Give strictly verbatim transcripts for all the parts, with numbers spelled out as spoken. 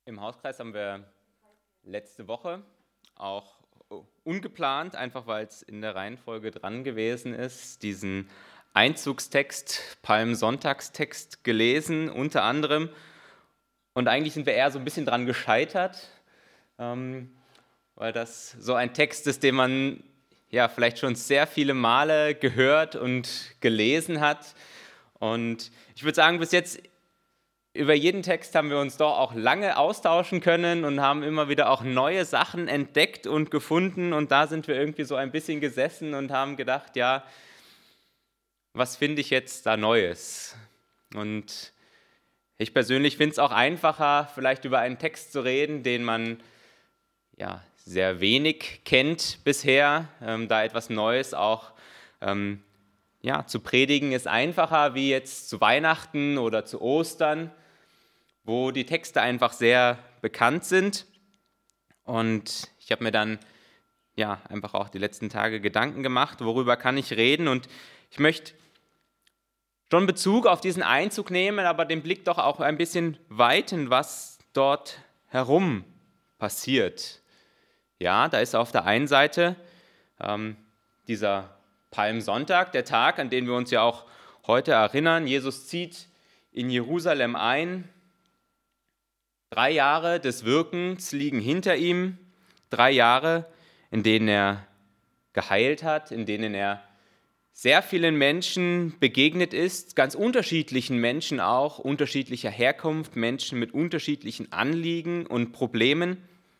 Im Hauskreis haben wir letzte Woche auch ungeplant, einfach weil es in der Reihenfolge dran gewesen ist, diesen Einzugstext, Palmsonntagstext gelesen, unter anderem. Und eigentlich sind wir eher so ein bisschen dran gescheitert, ähm, weil das so ein Text ist, den man ja vielleicht schon sehr viele Male gehört und gelesen hat. Und ich würde sagen, bis jetzt über jeden Text haben wir uns doch auch lange austauschen können und haben immer wieder auch neue Sachen entdeckt und gefunden. Und da sind wir irgendwie so ein bisschen gesessen und haben gedacht, ja, was finde ich jetzt da Neues? Und ich persönlich finde es auch einfacher, vielleicht über einen Text zu reden, den man ja sehr wenig kennt bisher, ähm, da etwas Neues auch ähm, ja, zu predigen ist einfacher wie jetzt zu Weihnachten oder zu Ostern, wo die Texte einfach sehr bekannt sind. Und ich habe mir dann ja einfach auch die letzten Tage Gedanken gemacht, worüber kann ich reden. Und ich möchte schon Bezug auf diesen Einzug nehmen, aber den Blick doch auch ein bisschen weiten, was dort herum passiert. Ja, da ist auf der einen Seite ähm, dieser Palmsonntag, der Tag, an den wir uns ja auch heute erinnern. Jesus zieht in Jerusalem ein. Drei Jahre des Wirkens liegen hinter ihm, drei Jahre, in denen er geheilt hat, in denen er sehr vielen Menschen begegnet ist, ganz unterschiedlichen Menschen auch, unterschiedlicher Herkunft, Menschen mit unterschiedlichen Anliegen und Problemen.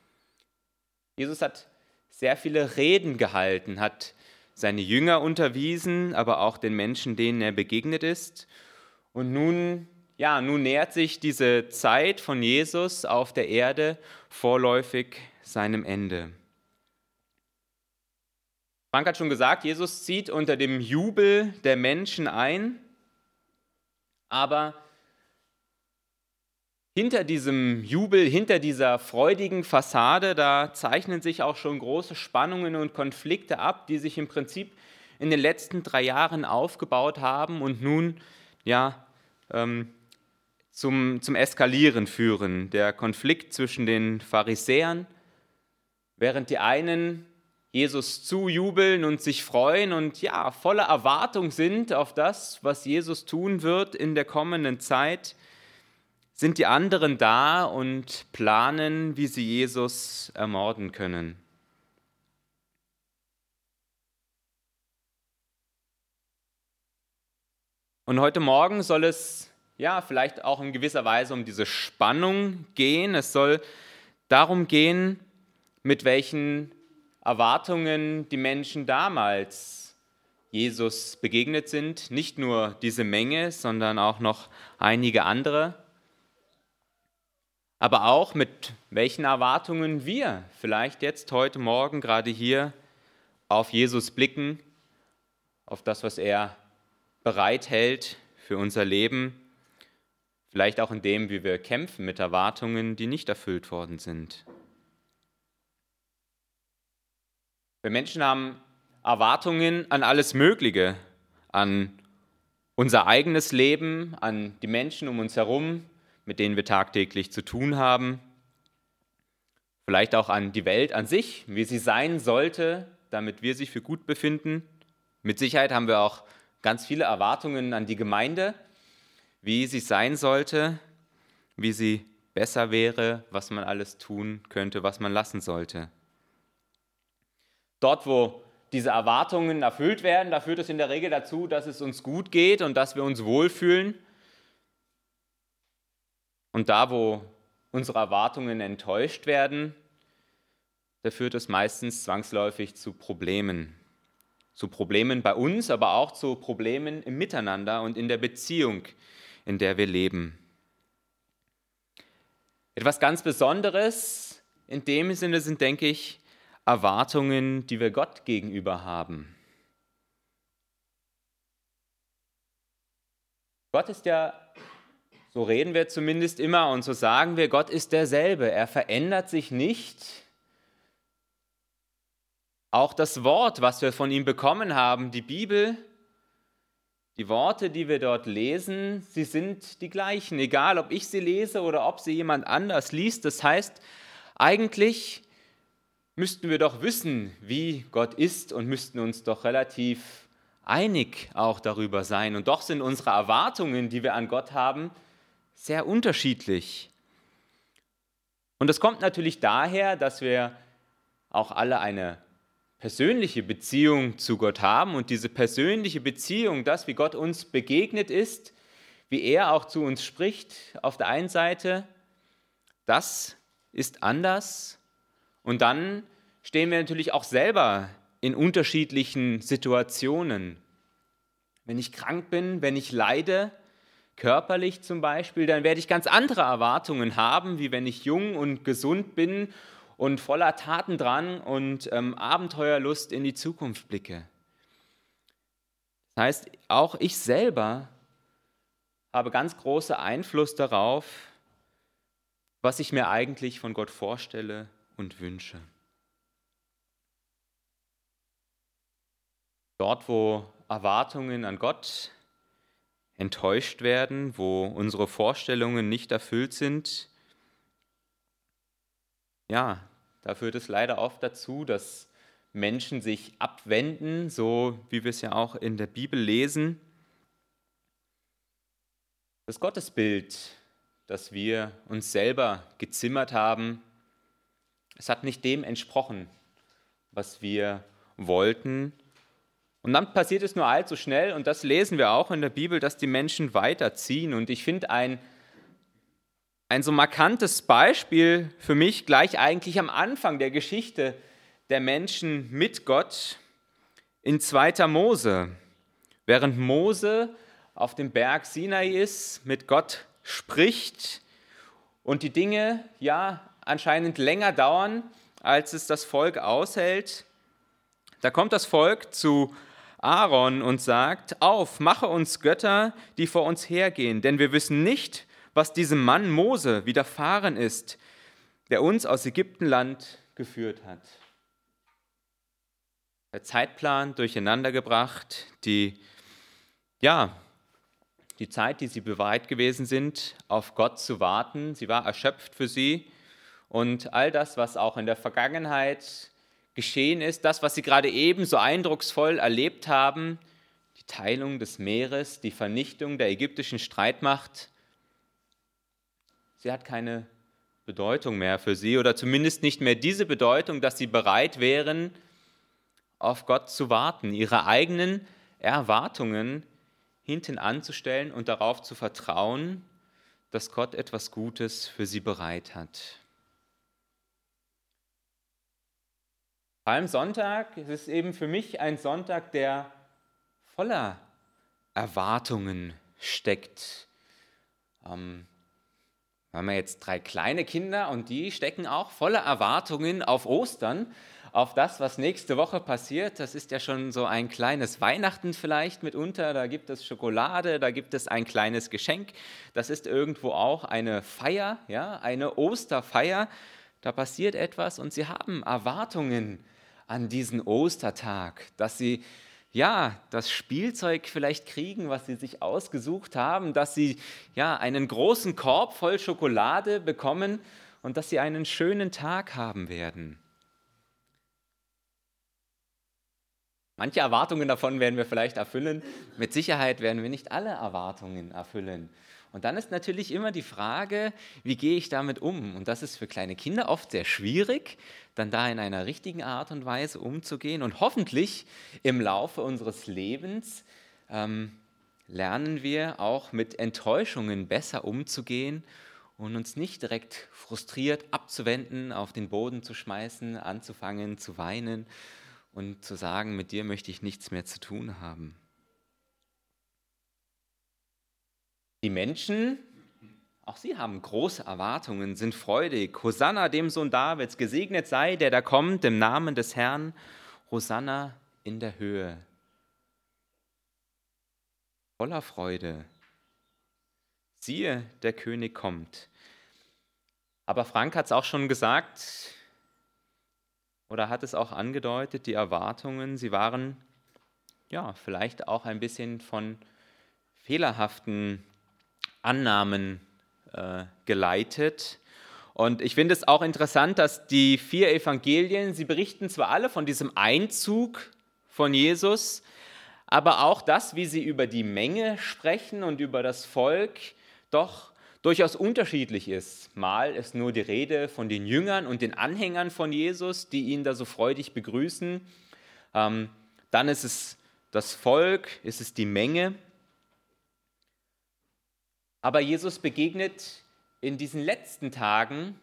Jesus hat sehr viele Reden gehalten, hat seine Jünger unterwiesen, aber auch den Menschen, denen er begegnet ist. Und nun Ja, nun nähert sich diese Zeit von Jesus auf der Erde vorläufig seinem Ende. Frank hat schon gesagt, Jesus zieht unter dem Jubel der Menschen ein, aber hinter diesem Jubel, hinter dieser freudigen Fassade, da zeichnen sich auch schon große Spannungen und Konflikte ab, die sich im Prinzip in den letzten drei Jahren aufgebaut haben und nun ja ähm, Zum, zum Eskalieren führen. Der Konflikt zwischen den Pharisäern, während die einen Jesus zujubeln und sich freuen und ja, voller Erwartung sind auf das, was Jesus tun wird in der kommenden Zeit, sind die anderen da und planen, wie sie Jesus ermorden können. Und heute Morgen soll es ja, vielleicht auch in gewisser Weise um diese Spannung gehen. Es soll darum gehen, mit welchen Erwartungen die Menschen damals Jesus begegnet sind. Nicht nur diese Menge, sondern auch noch einige andere. Aber auch mit welchen Erwartungen wir vielleicht jetzt heute Morgen gerade hier auf Jesus blicken, auf das, was er bereithält für unser Leben. Vielleicht auch in dem, wie wir kämpfen mit Erwartungen, die nicht erfüllt worden sind. Wir Menschen haben Erwartungen an alles Mögliche, an unser eigenes Leben, an die Menschen um uns herum, mit denen wir tagtäglich zu tun haben. Vielleicht auch an die Welt an sich, wie sie sein sollte, damit wir sie für gut befinden. Mit Sicherheit haben wir auch ganz viele Erwartungen an die Gemeinde, wie sie sein sollte, wie sie besser wäre, was man alles tun könnte, was man lassen sollte. Dort, wo diese Erwartungen erfüllt werden, da führt es in der Regel dazu, dass es uns gut geht und dass wir uns wohlfühlen. Und da, wo unsere Erwartungen enttäuscht werden, da führt es meistens zwangsläufig zu Problemen. Zu Problemen bei uns, aber auch zu Problemen im Miteinander und in der Beziehung, in der wir leben. Etwas ganz Besonderes in dem Sinne sind, denke ich, Erwartungen, die wir Gott gegenüber haben. Gott ist ja, so reden wir zumindest immer und so sagen wir, Gott ist derselbe. Er verändert sich nicht. Auch das Wort, was wir von ihm bekommen haben, die Bibel, Die Worte, die wir dort lesen, sie sind die gleichen, egal ob ich sie lese oder ob sie jemand anders liest. Das heißt, eigentlich müssten wir doch wissen, wie Gott ist und müssten uns doch relativ einig auch darüber sein. Und doch sind unsere Erwartungen, die wir an Gott haben, sehr unterschiedlich. Und das kommt natürlich daher, dass wir auch alle eine persönliche Beziehung zu Gott haben und diese persönliche Beziehung, das, wie Gott uns begegnet ist, wie er auch zu uns spricht, auf der einen Seite, das ist anders. Und dann stehen wir natürlich auch selber in unterschiedlichen Situationen. Wenn ich krank bin, wenn ich leide, körperlich zum Beispiel, dann werde ich ganz andere Erwartungen haben, wie wenn ich jung und gesund bin und voller Tatendrang und ähm, Abenteuerlust in die Zukunft blicke. Das heißt, auch ich selber habe ganz großen Einfluss darauf, was ich mir eigentlich von Gott vorstelle und wünsche. Dort, wo Erwartungen an Gott enttäuscht werden, wo unsere Vorstellungen nicht erfüllt sind, ja, da führt es leider oft dazu, dass Menschen sich abwenden, so wie wir es ja auch in der Bibel lesen. Das Gottesbild, das wir uns selber gezimmert haben, es hat nicht dem entsprochen, was wir wollten. Und dann passiert es nur allzu schnell, und das lesen wir auch in der Bibel, dass die Menschen weiterziehen. Und ich finde ein Ein so markantes Beispiel für mich gleich eigentlich am Anfang der Geschichte der Menschen mit Gott in zweiter Mose. Während Mose auf dem Berg Sinai ist, mit Gott spricht und die Dinge ja anscheinend länger dauern, als es das Volk aushält, da kommt das Volk zu Aaron und sagt: Auf, mache uns Götter, die vor uns hergehen, denn wir wissen nicht, was diesem Mann Mose widerfahren ist, der uns aus Ägyptenland geführt hat. Der Zeitplan durcheinandergebracht, die, ja, die Zeit, die sie bereit gewesen sind, auf Gott zu warten, sie war erschöpft für sie. Und all das, was auch in der Vergangenheit geschehen ist, das, was sie gerade eben so eindrucksvoll erlebt haben, die Teilung des Meeres, die Vernichtung der ägyptischen Streitmacht, sie hat keine Bedeutung mehr für sie oder zumindest nicht mehr diese Bedeutung, dass sie bereit wären, auf Gott zu warten, ihre eigenen Erwartungen hinten anzustellen und darauf zu vertrauen, dass Gott etwas Gutes für sie bereit hat. Palmsonntag ist eben für mich ein Sonntag, der voller Erwartungen steckt. Ähm, Wir haben ja jetzt drei kleine Kinder und die stecken auch voller Erwartungen auf Ostern, auf das, was nächste Woche passiert. Das ist ja schon so ein kleines Weihnachten vielleicht mitunter. Da gibt es Schokolade, da gibt es ein kleines Geschenk. Das ist irgendwo auch eine Feier, ja, eine Osterfeier. Da passiert etwas und sie haben Erwartungen an diesen Ostertag, dass sie ja, das Spielzeug vielleicht kriegen, was sie sich ausgesucht haben, dass sie ja einen großen Korb voll Schokolade bekommen und dass sie einen schönen Tag haben werden. Manche Erwartungen davon werden wir vielleicht erfüllen. Mit Sicherheit werden wir nicht alle Erwartungen erfüllen. Und dann ist natürlich immer die Frage, wie gehe ich damit um? Und das ist für kleine Kinder oft sehr schwierig, dann da in einer richtigen Art und Weise umzugehen. Und hoffentlich im Laufe unseres Lebens ähm, lernen wir auch mit Enttäuschungen besser umzugehen und uns nicht direkt frustriert abzuwenden, auf den Boden zu schmeißen, anzufangen zu weinen und zu sagen, mit dir möchte ich nichts mehr zu tun haben. Die Menschen, auch sie haben große Erwartungen, sind freudig. Hosanna dem Sohn Davids, gesegnet sei, der da kommt, im Namen des Herrn. Hosanna in der Höhe. Voller Freude. Siehe, der König kommt. Aber Frank hat es auch schon gesagt, oder hat es auch angedeutet, die Erwartungen, sie waren ja vielleicht auch ein bisschen von fehlerhaften Annahmen äh, geleitet. Und ich finde es auch interessant, dass die vier Evangelien, sie berichten zwar alle von diesem Einzug von Jesus, aber auch das, wie sie über die Menge sprechen und über das Volk, doch durchaus unterschiedlich ist. Mal ist nur die Rede von den Jüngern und den Anhängern von Jesus, die ihn da so freudig begrüßen. Ähm, dann ist es das Volk, ist es die Menge. Aber Jesus begegnet in diesen letzten Tagen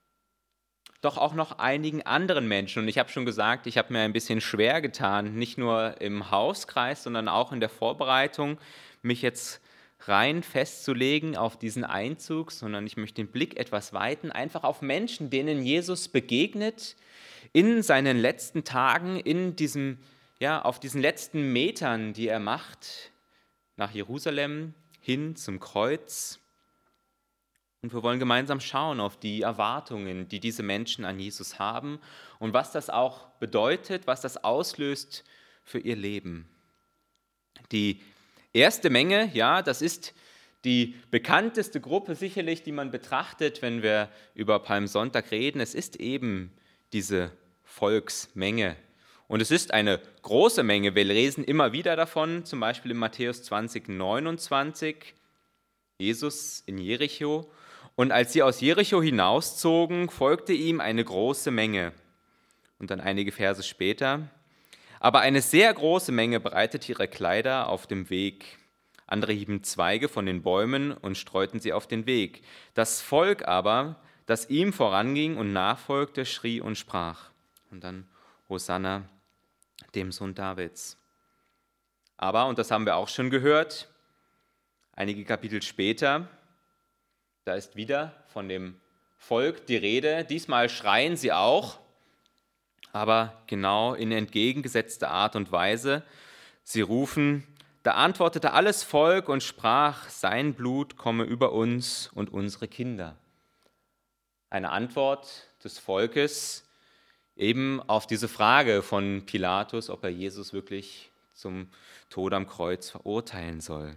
doch auch noch einigen anderen Menschen. Und ich habe schon gesagt, ich habe mir ein bisschen schwer getan, nicht nur im Hauskreis, sondern auch in der Vorbereitung, mich jetzt rein festzulegen auf diesen Einzug, sondern ich möchte den Blick etwas weiten, einfach auf Menschen, denen Jesus begegnet in seinen letzten Tagen, in diesem, ja, auf diesen letzten Metern, die er macht, nach Jerusalem hin zum Kreuz. Und wir wollen gemeinsam schauen auf die Erwartungen, die diese Menschen an Jesus haben und was das auch bedeutet, was das auslöst für ihr Leben. Die erste Menge, ja, das ist die bekannteste Gruppe sicherlich, die man betrachtet, wenn wir über Palmsonntag reden. Es ist eben diese Volksmenge. Und es ist eine große Menge. Wir lesen immer wieder davon, zum Beispiel in Matthäus zwanzig, neunundzwanzig, Jesus in Jericho. Und als sie aus Jericho hinauszogen, folgte ihm eine große Menge. Und dann einige Verse später. Aber eine sehr große Menge breitete ihre Kleider auf dem Weg. Andere hieben Zweige von den Bäumen und streuten sie auf den Weg. Das Volk aber, das ihm voranging und nachfolgte, schrie und sprach. Und dann Hosanna, dem Sohn Davids. Aber, und das haben wir auch schon gehört, einige Kapitel später, da ist wieder von dem Volk die Rede. Diesmal schreien sie auch, aber genau in entgegengesetzter Art und Weise. Sie rufen, da antwortete alles Volk und sprach, sein Blut komme über uns und unsere Kinder. Eine Antwort des Volkes eben auf diese Frage von Pilatus, ob er Jesus wirklich zum Tod am Kreuz verurteilen soll.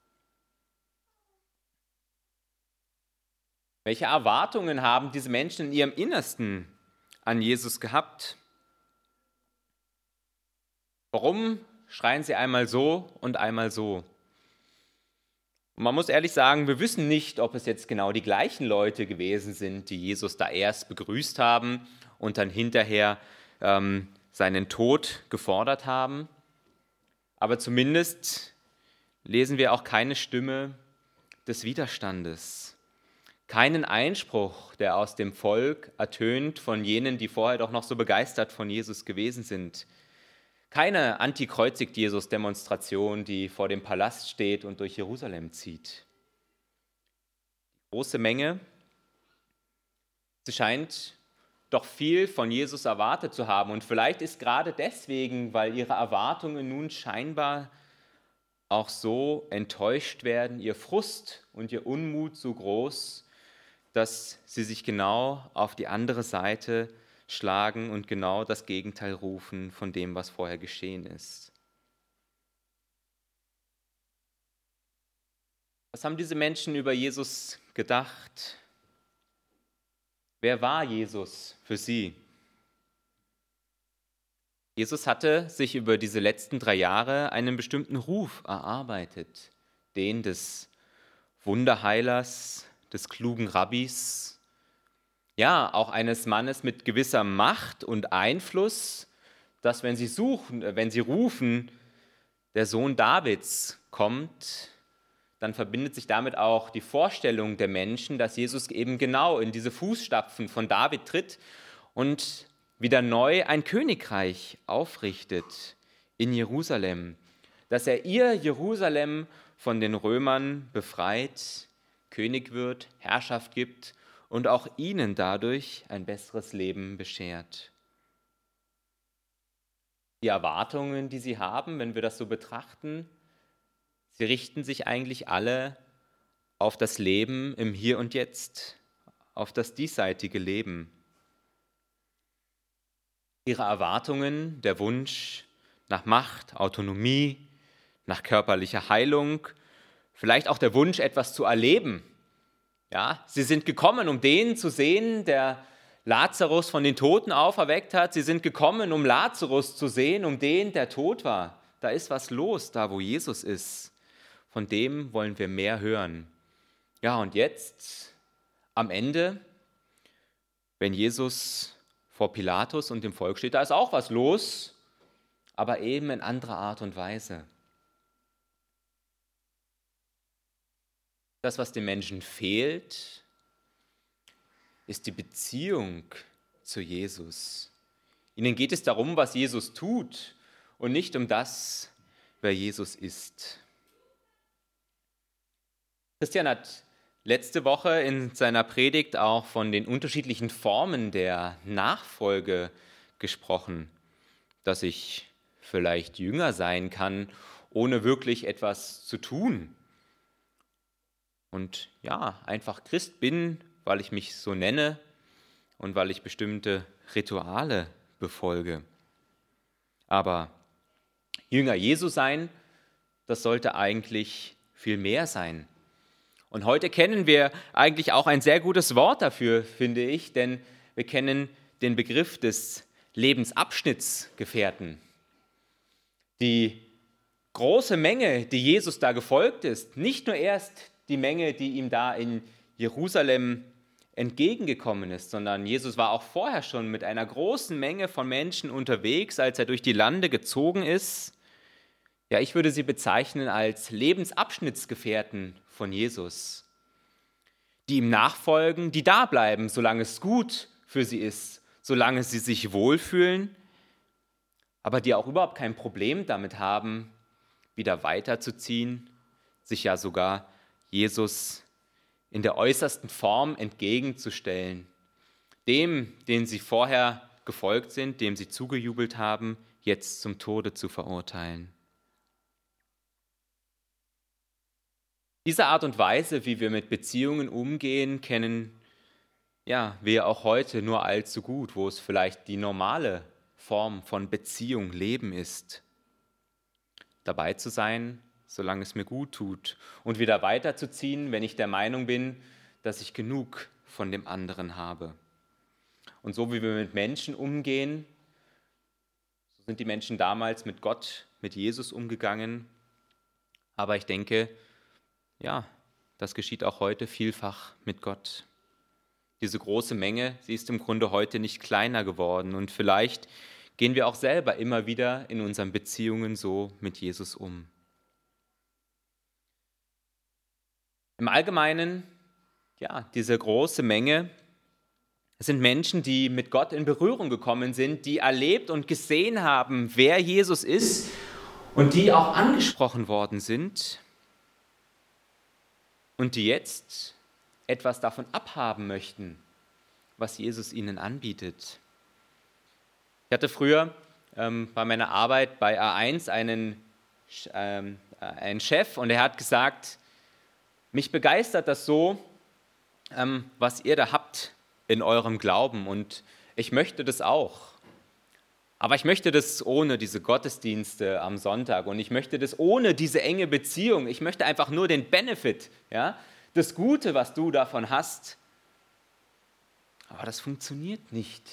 Welche Erwartungen haben diese Menschen in ihrem Innersten an Jesus gehabt? Warum schreien sie einmal so und einmal so? Und man muss ehrlich sagen, wir wissen nicht, ob es jetzt genau die gleichen Leute gewesen sind, die Jesus da erst begrüßt haben und dann hinterher ähm, seinen Tod gefordert haben. Aber zumindest lesen wir auch keine Stimme des Widerstandes. Keinen Einspruch, der aus dem Volk ertönt von jenen, die vorher doch noch so begeistert von Jesus gewesen sind. Keine Anti-Kreuzigt-Jesus-Demonstration, die vor dem Palast steht und durch Jerusalem zieht. Die große Menge, sie scheint doch viel von Jesus erwartet zu haben. Und vielleicht ist gerade deswegen, weil ihre Erwartungen nun scheinbar auch so enttäuscht werden, ihr Frust und ihr Unmut so groß, dass sie sich genau auf die andere Seite schlagen und genau das Gegenteil rufen von dem, was vorher geschehen ist. Was haben diese Menschen über Jesus gedacht? Wer war Jesus für sie? Jesus hatte sich über diese letzten drei Jahre einen bestimmten Ruf erarbeitet, den des Wunderheilers, des klugen Rabbis, ja, auch eines Mannes mit gewisser Macht und Einfluss, dass wenn sie suchen, wenn sie rufen, der Sohn Davids kommt, dann verbindet sich damit auch die Vorstellung der Menschen, dass Jesus eben genau in diese Fußstapfen von David tritt und wieder neu ein Königreich aufrichtet in Jerusalem, dass er ihr Jerusalem von den Römern befreit, König wird, Herrschaft gibt und auch ihnen dadurch ein besseres Leben beschert. Die Erwartungen, die sie haben, wenn wir das so betrachten, sie richten sich eigentlich alle auf das Leben im Hier und Jetzt, auf das diesseitige Leben. Ihre Erwartungen, der Wunsch nach Macht, Autonomie, nach körperlicher Heilung, vielleicht auch der Wunsch, etwas zu erleben. Ja, sie sind gekommen, um den zu sehen, der Lazarus von den Toten auferweckt hat. Sie sind gekommen, um Lazarus zu sehen, um den, der tot war. Da ist was los, da wo Jesus ist. Von dem wollen wir mehr hören. Ja, und jetzt am Ende, wenn Jesus vor Pilatus und dem Volk steht, da ist auch was los, aber eben in anderer Art und Weise. Das, was den Menschen fehlt, ist die Beziehung zu Jesus. Ihnen geht es darum, was Jesus tut und nicht um das, wer Jesus ist. Christian hat letzte Woche in seiner Predigt auch von den unterschiedlichen Formen der Nachfolge gesprochen, dass ich vielleicht Jünger sein kann, ohne wirklich etwas zu tun. Und ja, einfach Christ bin, weil ich mich so nenne und weil ich bestimmte Rituale befolge. Aber Jünger Jesu sein, das sollte eigentlich viel mehr sein. Und heute kennen wir eigentlich auch ein sehr gutes Wort dafür, finde ich, denn wir kennen den Begriff des Lebensabschnittsgefährten. Die große Menge, die Jesus da gefolgt ist, nicht nur erst die Menge, die ihm da in Jerusalem entgegengekommen ist, sondern Jesus war auch vorher schon mit einer großen Menge von Menschen unterwegs, als er durch die Lande gezogen ist. Ja, ich würde sie bezeichnen als Lebensabschnittsgefährten von Jesus, die ihm nachfolgen, die da bleiben, solange es gut für sie ist, solange sie sich wohlfühlen, aber die auch überhaupt kein Problem damit haben, wieder weiterzuziehen, sich ja sogar Jesus in der äußersten Form entgegenzustellen, dem, den sie vorher gefolgt sind, dem sie zugejubelt haben, jetzt zum Tode zu verurteilen. Diese Art und Weise, wie wir mit Beziehungen umgehen, kennen ja, wir auch heute nur allzu gut, wo es vielleicht die normale Form von Beziehung, Leben ist. Dabei zu sein, solange es mir gut tut, und wieder weiterzuziehen, wenn ich der Meinung bin, dass ich genug von dem anderen habe. Und so wie wir mit Menschen umgehen, so sind die Menschen damals mit Gott, mit Jesus umgegangen. Aber ich denke, ja, das geschieht auch heute vielfach mit Gott. Diese große Menge, sie ist im Grunde heute nicht kleiner geworden. Und vielleicht gehen wir auch selber immer wieder in unseren Beziehungen so mit Jesus um. Im Allgemeinen, ja, diese große Menge, es sind Menschen, die mit Gott in Berührung gekommen sind, die erlebt und gesehen haben, wer Jesus ist und die auch angesprochen worden sind und die jetzt etwas davon abhaben möchten, was Jesus ihnen anbietet. Ich hatte früher ähm, bei meiner Arbeit bei A eins einen, ähm, einen Chef und er hat gesagt, mich begeistert das so, ähm, was ihr da habt in eurem Glauben und ich möchte das auch. Aber ich möchte das ohne diese Gottesdienste am Sonntag und ich möchte das ohne diese enge Beziehung. Ich möchte einfach nur den Benefit, ja, das Gute, was du davon hast. Aber das funktioniert nicht.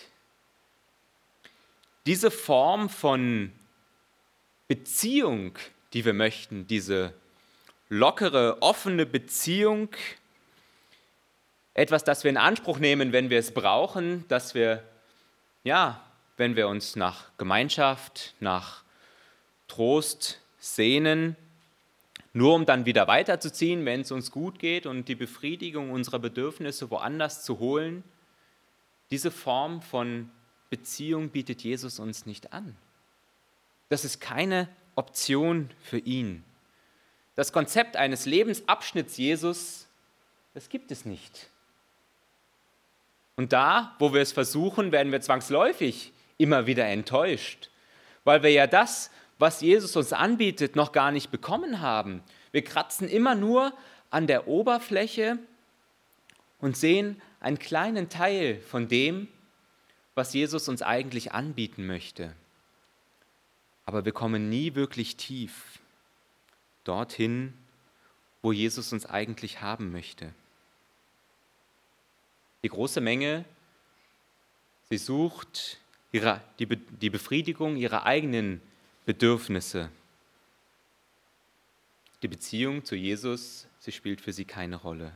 Diese Form von Beziehung, die wir möchten, diese lockere, offene Beziehung, etwas, das wir in Anspruch nehmen, wenn wir es brauchen, dass wir, ja, wenn wir uns nach Gemeinschaft, nach Trost sehnen, nur um dann wieder weiterzuziehen, wenn es uns gut geht und die Befriedigung unserer Bedürfnisse woanders zu holen. Diese Form von Beziehung bietet Jesus uns nicht an. Das ist keine Option für ihn. Das Konzept eines Lebensabschnitts Jesus, das gibt es nicht. Und da, wo wir es versuchen, werden wir zwangsläufig immer wieder enttäuscht, weil wir ja das, was Jesus uns anbietet, noch gar nicht bekommen haben. Wir kratzen immer nur an der Oberfläche und sehen einen kleinen Teil von dem, was Jesus uns eigentlich anbieten möchte. Aber wir kommen nie wirklich tief dorthin, wo Jesus uns eigentlich haben möchte. Die große Menge, sie sucht ihre, die, Be- die Befriedigung ihrer eigenen Bedürfnisse. Die Beziehung zu Jesus, sie spielt für sie keine Rolle.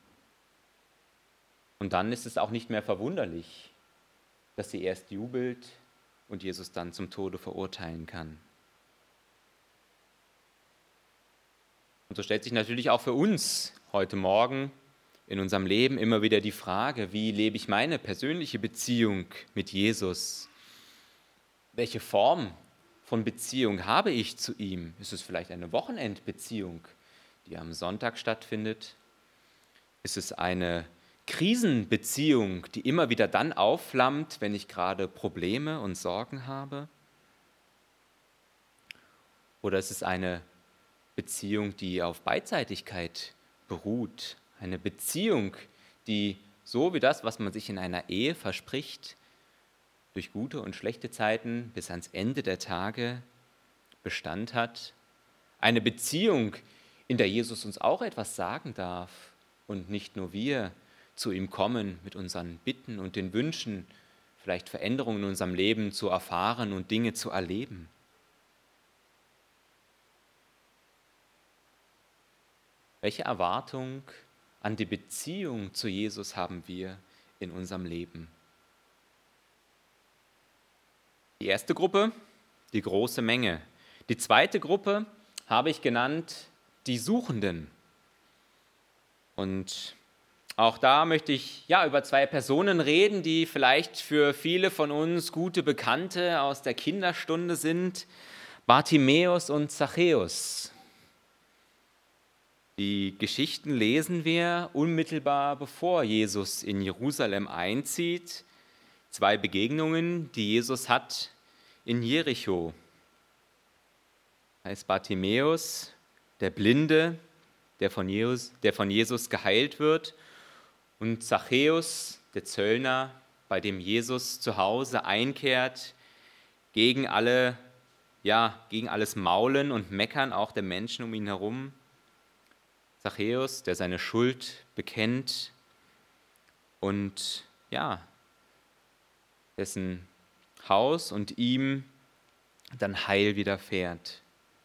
Und dann ist es auch nicht mehr verwunderlich, dass sie erst jubelt und Jesus dann zum Tode verurteilen kann. Und so stellt sich natürlich auch für uns heute Morgen in unserem Leben immer wieder die Frage, wie lebe ich meine persönliche Beziehung mit Jesus? Welche Form von Beziehung habe ich zu ihm? Ist es vielleicht eine Wochenendbeziehung, die am Sonntag stattfindet? Ist es eine Krisenbeziehung, die immer wieder dann aufflammt, wenn ich gerade Probleme und Sorgen habe? Oder ist es eine Beziehung, die auf Beidseitigkeit beruht? Eine Beziehung, die so wie das, was man sich in einer Ehe verspricht, durch gute und schlechte Zeiten bis ans Ende der Tage Bestand hat. Eine Beziehung, in der Jesus uns auch etwas sagen darf und nicht nur wir zu ihm kommen mit unseren Bitten und den Wünschen, vielleicht Veränderungen in unserem Leben zu erfahren und Dinge zu erleben. Welche Erwartung an die Beziehung zu Jesus haben wir in unserem Leben? Die erste Gruppe, die große Menge. Die zweite Gruppe habe ich genannt, die Suchenden. Und auch da möchte ich ja über zwei Personen reden, die vielleicht für viele von uns gute Bekannte aus der Kinderstunde sind: Bartimäus und Zachäus. Die Geschichten lesen wir unmittelbar bevor Jesus in Jerusalem einzieht. Zwei Begegnungen, die Jesus hat in Jericho. Heißt Bartimäus, der Blinde, der von Jesus, der von Jesus geheilt wird, und Zachäus, der Zöllner, bei dem Jesus zu Hause einkehrt, gegen alle, ja, gegen alles Maulen und Meckern auch der Menschen um ihn herum. Zachäus, der seine Schuld bekennt und ja, dessen Haus und ihm dann Heil widerfährt.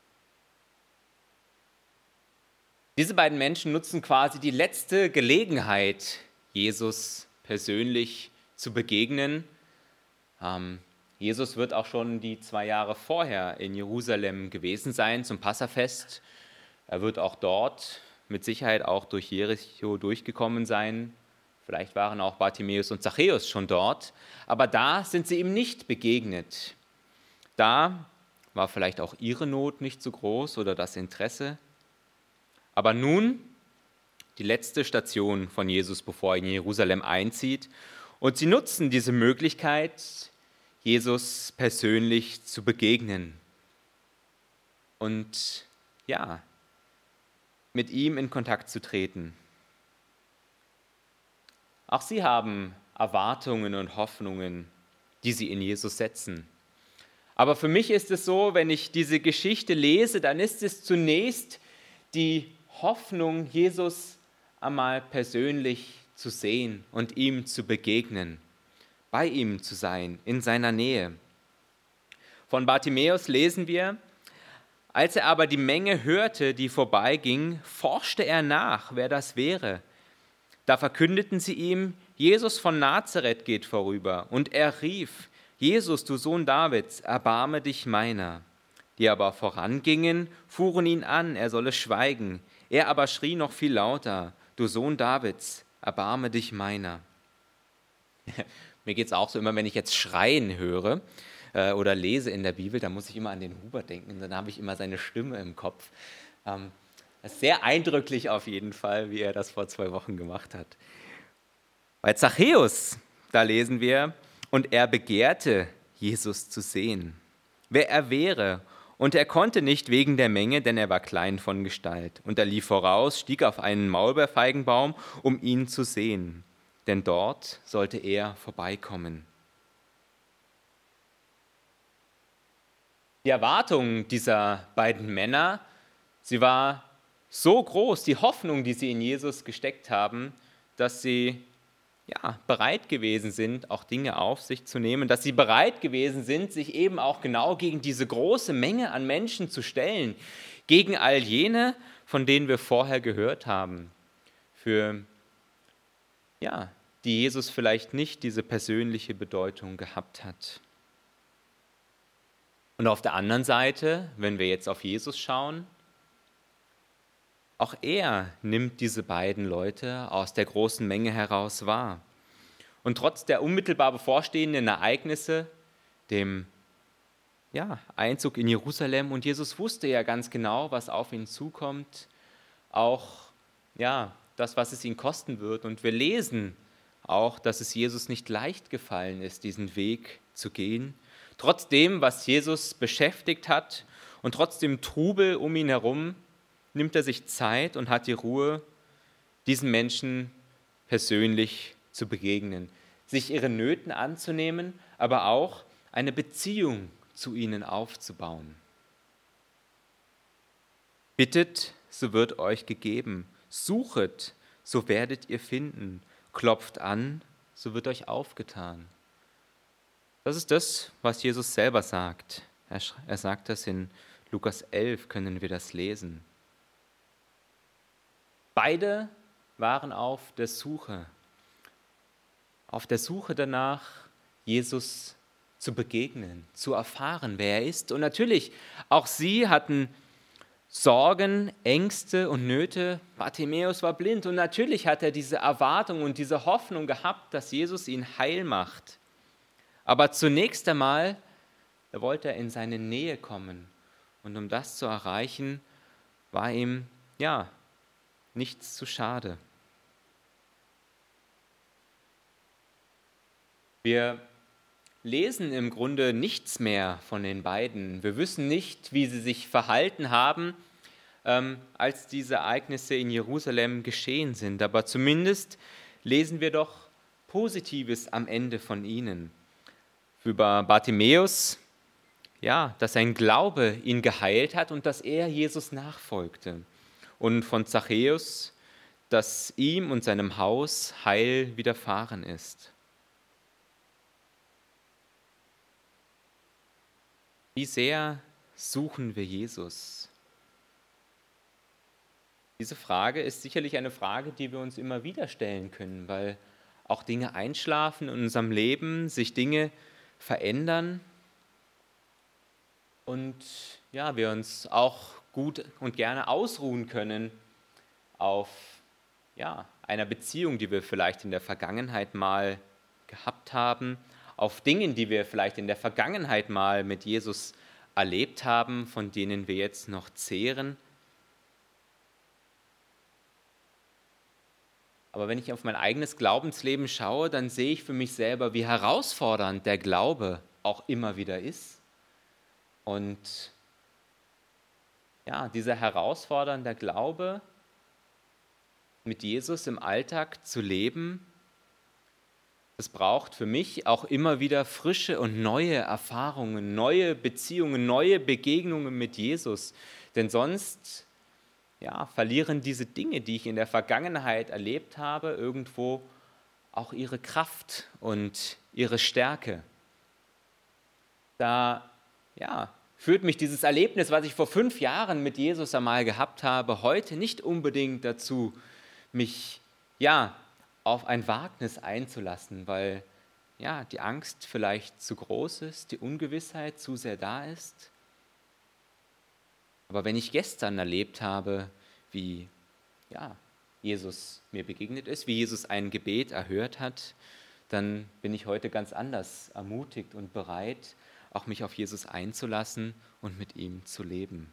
Diese beiden Menschen nutzen quasi die letzte Gelegenheit, Jesus persönlich zu begegnen. Ähm, Jesus wird auch schon die zwei Jahre vorher in Jerusalem gewesen sein zum Passafest. Er wird auch dort mit Sicherheit auch durch Jericho durchgekommen sein. Vielleicht waren auch Bartimäus und Zachäus schon dort, aber da sind sie ihm nicht begegnet. Da war vielleicht auch ihre Not nicht so groß oder das Interesse. Aber nun die letzte Station von Jesus, bevor er in Jerusalem einzieht. Und sie nutzen diese Möglichkeit, Jesus persönlich zu begegnen. Und ja, mit ihm in Kontakt zu treten. Auch sie haben Erwartungen und Hoffnungen, die sie in Jesus setzen. Aber für mich ist es so, wenn ich diese Geschichte lese, dann ist es zunächst die Hoffnung, Jesus einmal persönlich zu sehen und ihm zu begegnen, bei ihm zu sein, in seiner Nähe. Von Bartimäus lesen wir: Als er aber die Menge hörte, die vorbeiging, forschte er nach, wer das wäre. Da verkündeten sie ihm: Jesus von Nazareth geht vorüber. Und er rief: Jesus, du Sohn Davids, erbarme dich meiner. Die aber vorangingen, fuhren ihn an, er solle schweigen. Er aber schrie noch viel lauter: Du Sohn Davids, erbarme dich meiner. Mir geht es auch so, immer wenn ich jetzt schreien höre äh, oder lese in der Bibel, dann muss ich immer an den Hubert denken, und dann habe ich immer seine Stimme im Kopf. Ähm, das ist sehr eindrücklich auf jeden Fall, wie er das vor zwei Wochen gemacht hat. Bei Zachäus, da lesen wir: Und er begehrte, Jesus zu sehen, wer er wäre. Und er konnte nicht wegen der Menge, denn er war klein von Gestalt. Und er lief voraus, stieg auf einen Maulbeerfeigenbaum, um ihn zu sehen, denn dort sollte er vorbeikommen. Die Erwartung dieser beiden Männer, sie war so groß, die Hoffnung, die sie in Jesus gesteckt haben, dass sie ja, bereit gewesen sind, auch Dinge auf sich zu nehmen, dass sie bereit gewesen sind, sich eben auch genau gegen diese große Menge an Menschen zu stellen, gegen all jene, von denen wir vorher gehört haben, für ja, die Jesus vielleicht nicht diese persönliche Bedeutung gehabt hat. Und auf der anderen Seite, wenn wir jetzt auf Jesus schauen, auch er nimmt diese beiden Leute aus der großen Menge heraus wahr. Und trotz der unmittelbar bevorstehenden Ereignisse, dem ja, Einzug in Jerusalem, und Jesus wusste ja ganz genau, was auf ihn zukommt, auch ja, das, was es ihn kosten wird. Und wir lesen auch, dass es Jesus nicht leicht gefallen ist, diesen Weg zu gehen. Trotzdem, was Jesus beschäftigt hat und trotz dem Trubel um ihn herum, nimmt er sich Zeit und hat die Ruhe, diesen Menschen persönlich zu begegnen, sich ihren Nöten anzunehmen, aber auch eine Beziehung zu ihnen aufzubauen. Bittet, so wird euch gegeben. Suchet, so werdet ihr finden. Klopft an, so wird euch aufgetan. Das ist das, was Jesus selber sagt. Er, er sagt das in Lukas elf, können wir das lesen. Beide waren auf der Suche, auf der Suche danach, Jesus zu begegnen, zu erfahren, wer er ist. Und natürlich, auch sie hatten Sorgen, Ängste und Nöte. Bartimäus war blind und natürlich hat er diese Erwartung und diese Hoffnung gehabt, dass Jesus ihn heil macht. Aber zunächst einmal wollte er in seine Nähe kommen. Und um das zu erreichen, war ihm, ja, nichts zu schade. Wir lesen im Grunde nichts mehr von den beiden. Wir wissen nicht, wie sie sich verhalten haben, ähm, als diese Ereignisse in Jerusalem geschehen sind. Aber zumindest lesen wir doch Positives am Ende von ihnen. Über Bartimäus, ja, dass sein Glaube ihn geheilt hat und dass er Jesus nachfolgte. Und von Zachäus, dass ihm und seinem Haus Heil widerfahren ist. Wie sehr suchen wir Jesus? Diese Frage ist sicherlich eine Frage, die wir uns immer wieder stellen können, weil auch Dinge einschlafen in unserem Leben, sich Dinge verändern und ja, wir uns auch gut und gerne ausruhen können auf ja, einer Beziehung, die wir vielleicht in der Vergangenheit mal gehabt haben, auf Dingen, die wir vielleicht in der Vergangenheit mal mit Jesus erlebt haben, von denen wir jetzt noch zehren. Aber wenn ich auf mein eigenes Glaubensleben schaue, dann sehe ich für mich selber, wie herausfordernd der Glaube auch immer wieder ist. Und ja, dieser herausfordernde Glaube, mit Jesus im Alltag zu leben, das braucht für mich auch immer wieder frische und neue Erfahrungen, neue Beziehungen, neue Begegnungen mit Jesus. Denn sonst ja, verlieren diese Dinge, die ich in der Vergangenheit erlebt habe, irgendwo auch ihre Kraft und ihre Stärke. Da ja, führt mich dieses Erlebnis, was ich vor fünf Jahren mit Jesus einmal gehabt habe, heute nicht unbedingt dazu, mich ja, auf ein Wagnis einzulassen, weil ja, die Angst vielleicht zu groß ist, die Ungewissheit zu sehr da ist. Aber wenn ich gestern erlebt habe, wie ja, Jesus mir begegnet ist, wie Jesus ein Gebet erhört hat, dann bin ich heute ganz anders ermutigt und bereit, auch mich auf Jesus einzulassen und mit ihm zu leben.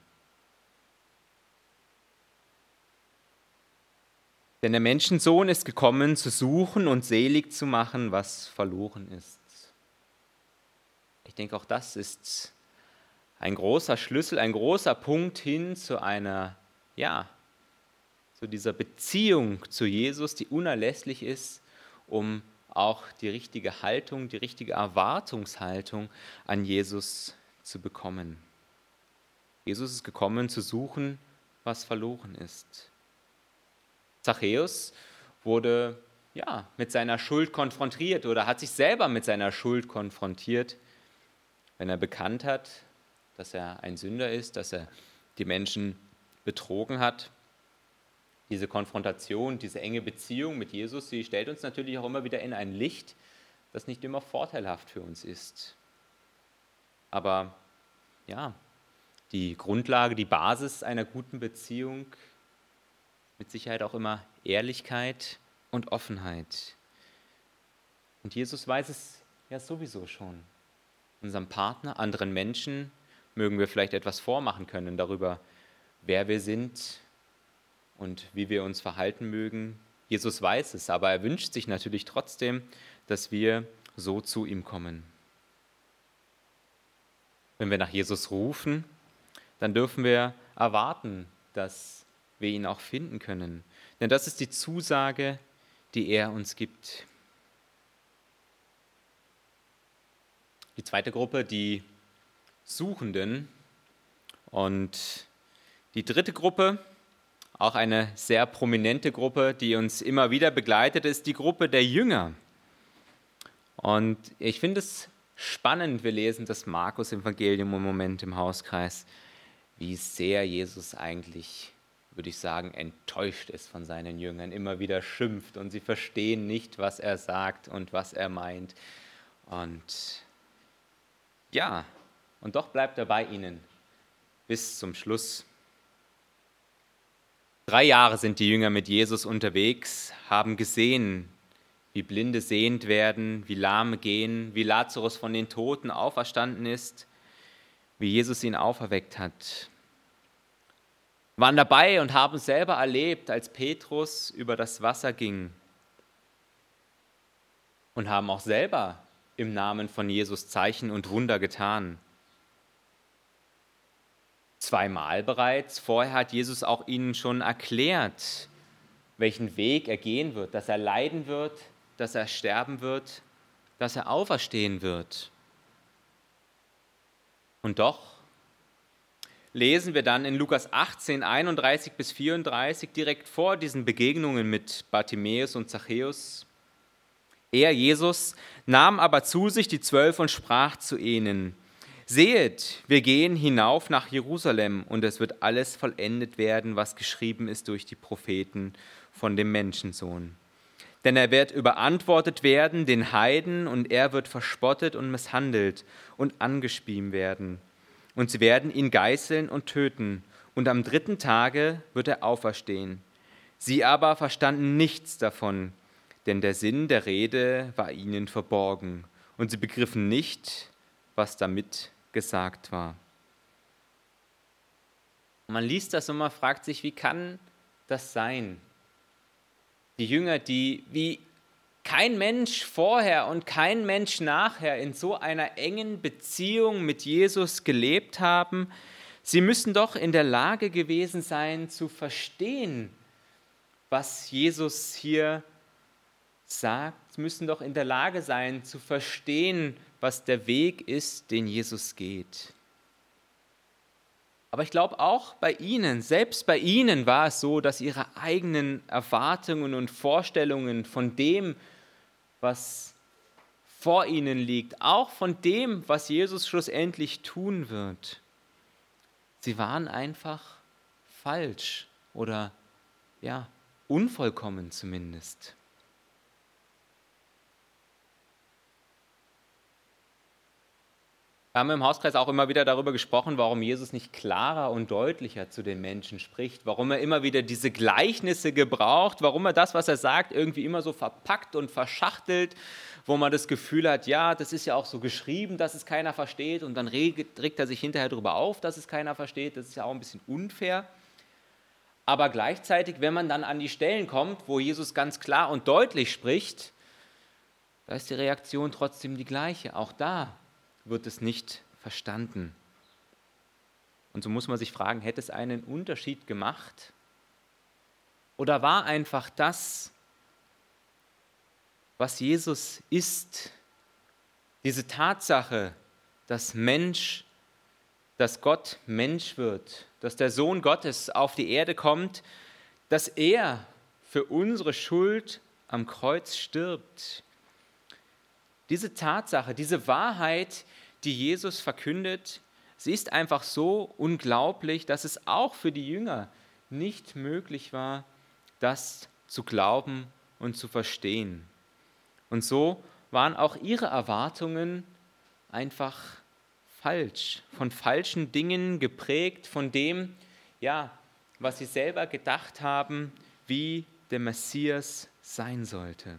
Denn der Menschensohn ist gekommen, zu suchen und selig zu machen, was verloren ist. Ich denke, auch das ist ein großer Schlüssel, ein großer Punkt hin zu einer, ja, zu dieser Beziehung zu Jesus, die unerlässlich ist, um auch die richtige Haltung, die richtige Erwartungshaltung an Jesus zu bekommen. Jesus ist gekommen, zu suchen was verloren ist. Zachäus wurde ja, mit seiner Schuld konfrontiert oder hat sich selber mit seiner Schuld konfrontiert, wenn er bekannt hat, dass er ein Sünder ist, dass er die Menschen betrogen hat. Diese Konfrontation, diese enge Beziehung mit Jesus, sie stellt uns natürlich auch immer wieder in ein Licht, das nicht immer vorteilhaft für uns ist. Aber ja, die Grundlage, die Basis einer guten Beziehung, mit Sicherheit auch immer Ehrlichkeit und Offenheit. Und Jesus weiß es ja sowieso schon. Unserem Partner, anderen Menschen mögen wir vielleicht etwas vormachen können darüber, wer wir sind und wie wir uns verhalten mögen. Jesus weiß es, aber er wünscht sich natürlich trotzdem, dass wir so zu ihm kommen. Wenn wir nach Jesus rufen, dann dürfen wir erwarten, dass wir ihn auch finden können. Denn das ist die Zusage, die er uns gibt. Die zweite Gruppe, die Suchenden. Und die dritte Gruppe, auch eine sehr prominente Gruppe, die uns immer wieder begleitet, ist die Gruppe der Jünger. Und ich finde es spannend, wir lesen das Markus-Evangelium im Moment im Hauskreis, wie sehr Jesus eigentlich, würde ich sagen, enttäuscht ist von seinen Jüngern, immer wieder schimpft und sie verstehen nicht, was er sagt und was er meint. Und ja, und doch bleibt er bei ihnen bis zum Schluss. Drei Jahre sind die Jünger mit Jesus unterwegs, haben gesehen, wie Blinde sehend werden, wie Lahme gehen, wie Lazarus von den Toten auferstanden ist, wie Jesus ihn auferweckt hat. Waren dabei und haben selber erlebt, als Petrus über das Wasser ging. Und haben auch selber im Namen von Jesus Zeichen und Wunder getan. Zweimal bereits, vorher hat Jesus auch ihnen schon erklärt, welchen Weg er gehen wird, dass er leiden wird, dass er sterben wird, dass er auferstehen wird. Und doch lesen wir dann in Lukas achtzehn, einunddreißig bis vierunddreißig, direkt vor diesen Begegnungen mit Bartimäus und Zachäus: Er, Jesus, nahm aber zu sich die Zwölf und sprach zu ihnen: Sehet, wir gehen hinauf nach Jerusalem, und es wird alles vollendet werden, was geschrieben ist durch die Propheten von dem Menschensohn. Denn er wird überantwortet werden den Heiden, und er wird verspottet und misshandelt und angespien werden. Und sie werden ihn geißeln und töten, und am dritten Tage wird er auferstehen. Sie aber verstanden nichts davon, denn der Sinn der Rede war ihnen verborgen, und sie begriffen nicht, was damit gesagt war. Man liest das und man fragt sich, wie kann das sein? Die Jünger, die wie kein Mensch vorher und kein Mensch nachher in so einer engen Beziehung mit Jesus gelebt haben, sie müssen doch in der Lage gewesen sein, zu verstehen, was Jesus hier sagt, müssen doch in der Lage sein, zu verstehen, was der Weg ist, den Jesus geht. Aber ich glaube auch bei ihnen, selbst bei ihnen war es so, dass ihre eigenen Erwartungen und Vorstellungen von dem, was vor ihnen liegt, auch von dem, was Jesus schlussendlich tun wird, sie waren einfach falsch oder ja, unvollkommen zumindest. Wir haben im Hauskreis auch immer wieder darüber gesprochen, warum Jesus nicht klarer und deutlicher zu den Menschen spricht, warum er immer wieder diese Gleichnisse gebraucht, warum er das, was er sagt, irgendwie immer so verpackt und verschachtelt, wo man das Gefühl hat, ja, das ist ja auch so geschrieben, dass es keiner versteht, und dann regt, regt er sich hinterher darüber auf, dass es keiner versteht. Das ist ja auch ein bisschen unfair. Aber gleichzeitig, wenn man dann an die Stellen kommt, wo Jesus ganz klar und deutlich spricht, da ist die Reaktion trotzdem die gleiche. Auch da wird es nicht verstanden. Und so muss man sich fragen, hätte es einen Unterschied gemacht? Oder war einfach das, was Jesus ist, diese Tatsache, dass Mensch, dass Gott Mensch wird, dass der Sohn Gottes auf die Erde kommt, dass er für unsere Schuld am Kreuz stirbt. Diese Tatsache, diese Wahrheit, die Jesus verkündet, sie ist einfach so unglaublich, dass es auch für die Jünger nicht möglich war, das zu glauben und zu verstehen. Und so waren auch ihre Erwartungen einfach falsch, von falschen Dingen geprägt, von dem, ja, was sie selber gedacht haben, wie der Messias sein sollte.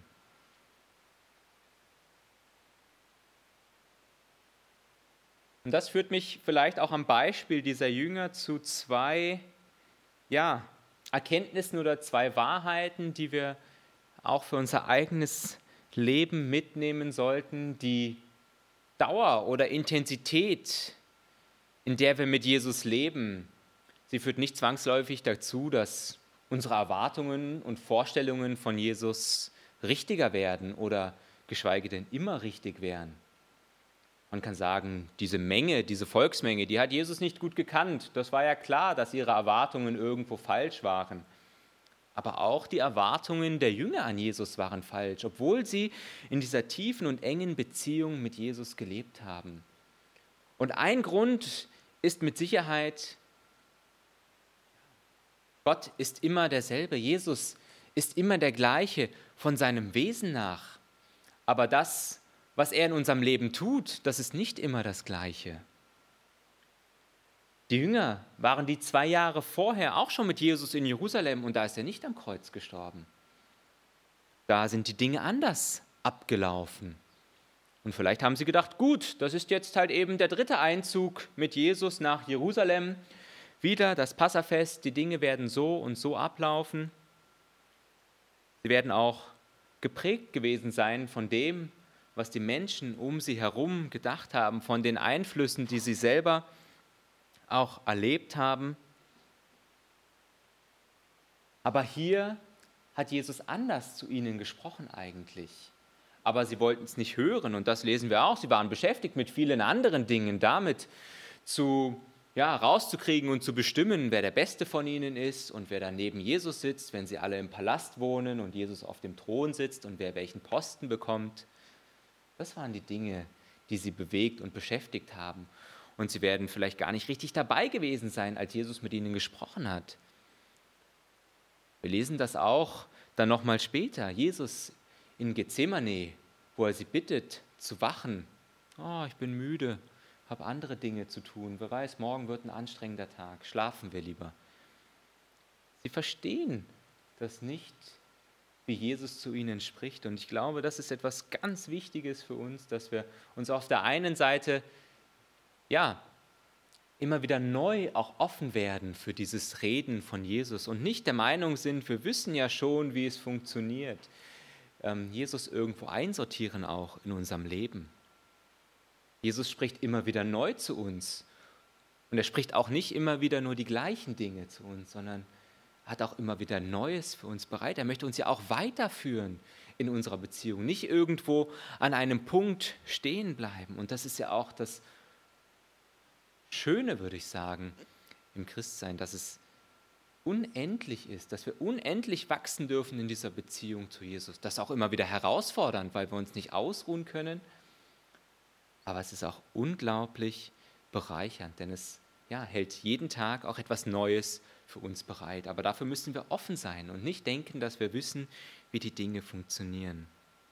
Und das führt mich vielleicht auch am Beispiel dieser Jünger zu zwei, ja, Erkenntnissen oder zwei Wahrheiten, die wir auch für unser eigenes Leben mitnehmen sollten, die Dauer oder Intensität, in der wir mit Jesus leben. Sie führt nicht zwangsläufig dazu, dass unsere Erwartungen und Vorstellungen von Jesus richtiger werden oder geschweige denn immer richtig wären. Man kann sagen, diese Menge, diese Volksmenge, die hat Jesus nicht gut gekannt. Das war ja klar, dass ihre Erwartungen irgendwo falsch waren. Aber auch die Erwartungen der Jünger an Jesus waren falsch, obwohl sie in dieser tiefen und engen Beziehung mit Jesus gelebt haben. Und ein Grund ist mit Sicherheit, Gott ist immer derselbe, Jesus ist immer der gleiche von seinem Wesen nach. Aber das, was er in unserem Leben tut, das ist nicht immer das Gleiche. Die Jünger waren die zwei Jahre vorher auch schon mit Jesus in Jerusalem und da ist er nicht am Kreuz gestorben. Da sind die Dinge anders abgelaufen. Und vielleicht haben sie gedacht, gut, das ist jetzt halt eben der dritte Einzug mit Jesus nach Jerusalem. Wieder das Passafest, die Dinge werden so und so ablaufen. Sie werden auch geprägt gewesen sein von dem, was die Menschen um sie herum gedacht haben, von den Einflüssen, die sie selber auch erlebt haben. Aber hier hat Jesus anders zu ihnen gesprochen eigentlich. Aber sie wollten es nicht hören und das lesen wir auch. Sie waren beschäftigt mit vielen anderen Dingen, damit zu, ja, rauszukriegen und zu bestimmen, wer der Beste von ihnen ist und wer da neben Jesus sitzt, wenn sie alle im Palast wohnen und Jesus auf dem Thron sitzt und wer welchen Posten bekommt. Das waren die Dinge, die sie bewegt und beschäftigt haben. Und sie werden vielleicht gar nicht richtig dabei gewesen sein, als Jesus mit ihnen gesprochen hat. Wir lesen das auch dann nochmal später. Jesus in Gethsemane, wo er sie bittet, zu wachen. Oh, ich bin müde, habe andere Dinge zu tun. Wer weiß, morgen wird ein anstrengender Tag. Schlafen wir lieber. Sie verstehen das nicht, wie Jesus zu ihnen spricht. Und ich glaube, das ist etwas ganz Wichtiges für uns, dass wir uns auf der einen Seite ja, immer wieder neu auch offen werden für dieses Reden von Jesus und nicht der Meinung sind, wir wissen ja schon, wie es funktioniert, ähm, Jesus irgendwo einsortieren auch in unserem Leben. Jesus spricht immer wieder neu zu uns und er spricht auch nicht immer wieder nur die gleichen Dinge zu uns, sondern hat auch immer wieder Neues für uns bereit. Er möchte uns ja auch weiterführen in unserer Beziehung, nicht irgendwo an einem Punkt stehen bleiben. Und das ist ja auch das Schöne, würde ich sagen, im Christsein, dass es unendlich ist, dass wir unendlich wachsen dürfen in dieser Beziehung zu Jesus. Das ist auch immer wieder herausfordernd, weil wir uns nicht ausruhen können. Aber es ist auch unglaublich bereichernd, denn es ja, hält jeden Tag auch etwas Neues für uns bereit. Aber dafür müssen wir offen sein und nicht denken, dass wir wissen, wie die Dinge funktionieren.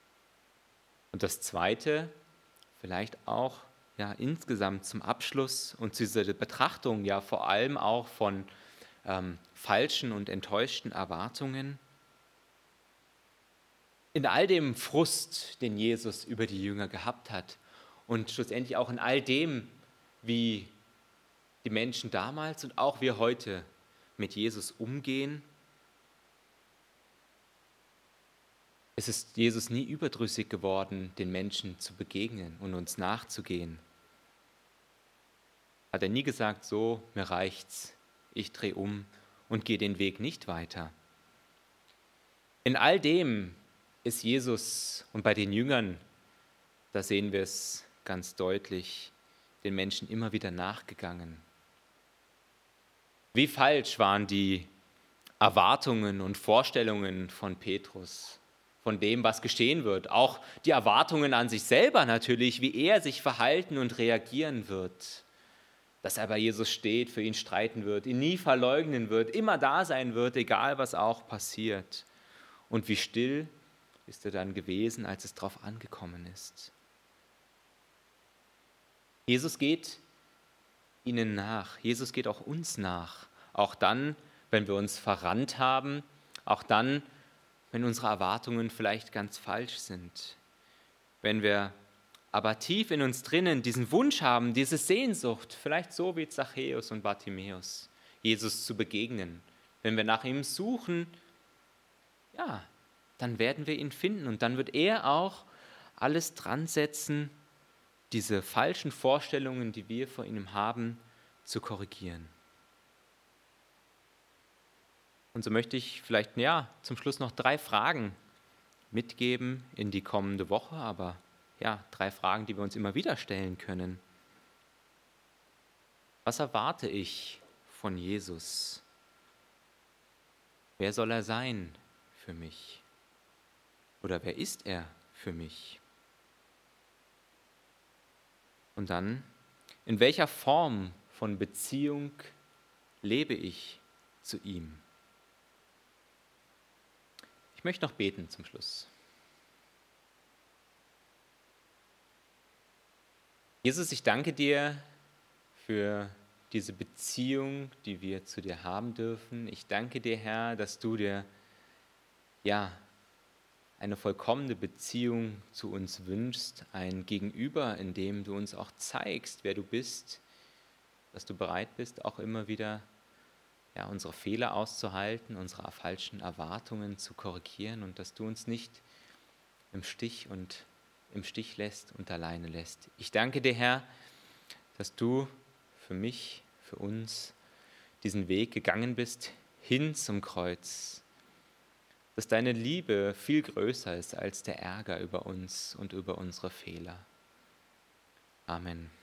Und das Zweite, vielleicht auch ja, insgesamt zum Abschluss und zu dieser Betrachtung ja vor allem auch von ähm, falschen und enttäuschten Erwartungen. In all dem Frust, den Jesus über die Jünger gehabt hat und schlussendlich auch in all dem, wie die Menschen damals und auch wir heute mit Jesus umgehen, es ist Jesus nie überdrüssig geworden, den Menschen zu begegnen und uns nachzugehen. Hat er nie gesagt, so, mir reicht's, ich drehe um und gehe den Weg nicht weiter. In all dem ist Jesus und bei den Jüngern, da sehen wir es ganz deutlich, den Menschen immer wieder nachgegangen. Wie falsch waren die Erwartungen und Vorstellungen von Petrus, von dem, was geschehen wird. Auch die Erwartungen an sich selber natürlich, wie er sich verhalten und reagieren wird. Dass er bei Jesus steht, für ihn streiten wird, ihn nie verleugnen wird, immer da sein wird, egal was auch passiert. Und wie still ist er dann gewesen, als es darauf angekommen ist. Jesus geht ihnen nach. Jesus geht auch uns nach. Auch dann, wenn wir uns verrannt haben, auch dann, wenn unsere Erwartungen vielleicht ganz falsch sind. Wenn wir aber tief in uns drinnen diesen Wunsch haben, diese Sehnsucht, vielleicht so wie Zachäus und Bartimäus, Jesus zu begegnen. Wenn wir nach ihm suchen, ja, dann werden wir ihn finden und dann wird er auch alles dran setzen, diese falschen Vorstellungen, die wir vor ihm haben, zu korrigieren. Und so möchte ich vielleicht ja, zum Schluss noch drei Fragen mitgeben in die kommende Woche, aber ja, drei Fragen, die wir uns immer wieder stellen können. Was erwarte ich von Jesus? Wer soll er sein für mich? Oder wer ist er für mich? Und dann, in welcher Form von Beziehung lebe ich zu ihm? Ich möchte noch beten zum Schluss. Jesus, ich danke dir für diese Beziehung, die wir zu dir haben dürfen. Ich danke dir, Herr, dass du dir ja eine vollkommene Beziehung zu uns wünschst, ein Gegenüber, in dem du uns auch zeigst, wer du bist, dass du bereit bist, auch immer wieder ja, unsere Fehler auszuhalten, unsere falschen Erwartungen zu korrigieren und dass du uns nicht im Stich und im Stich lässt und alleine lässt. Ich danke dir, Herr, dass du für mich, für uns diesen Weg gegangen bist hin zum Kreuz, dass deine Liebe viel größer ist als der Ärger über uns und über unsere Fehler. Amen.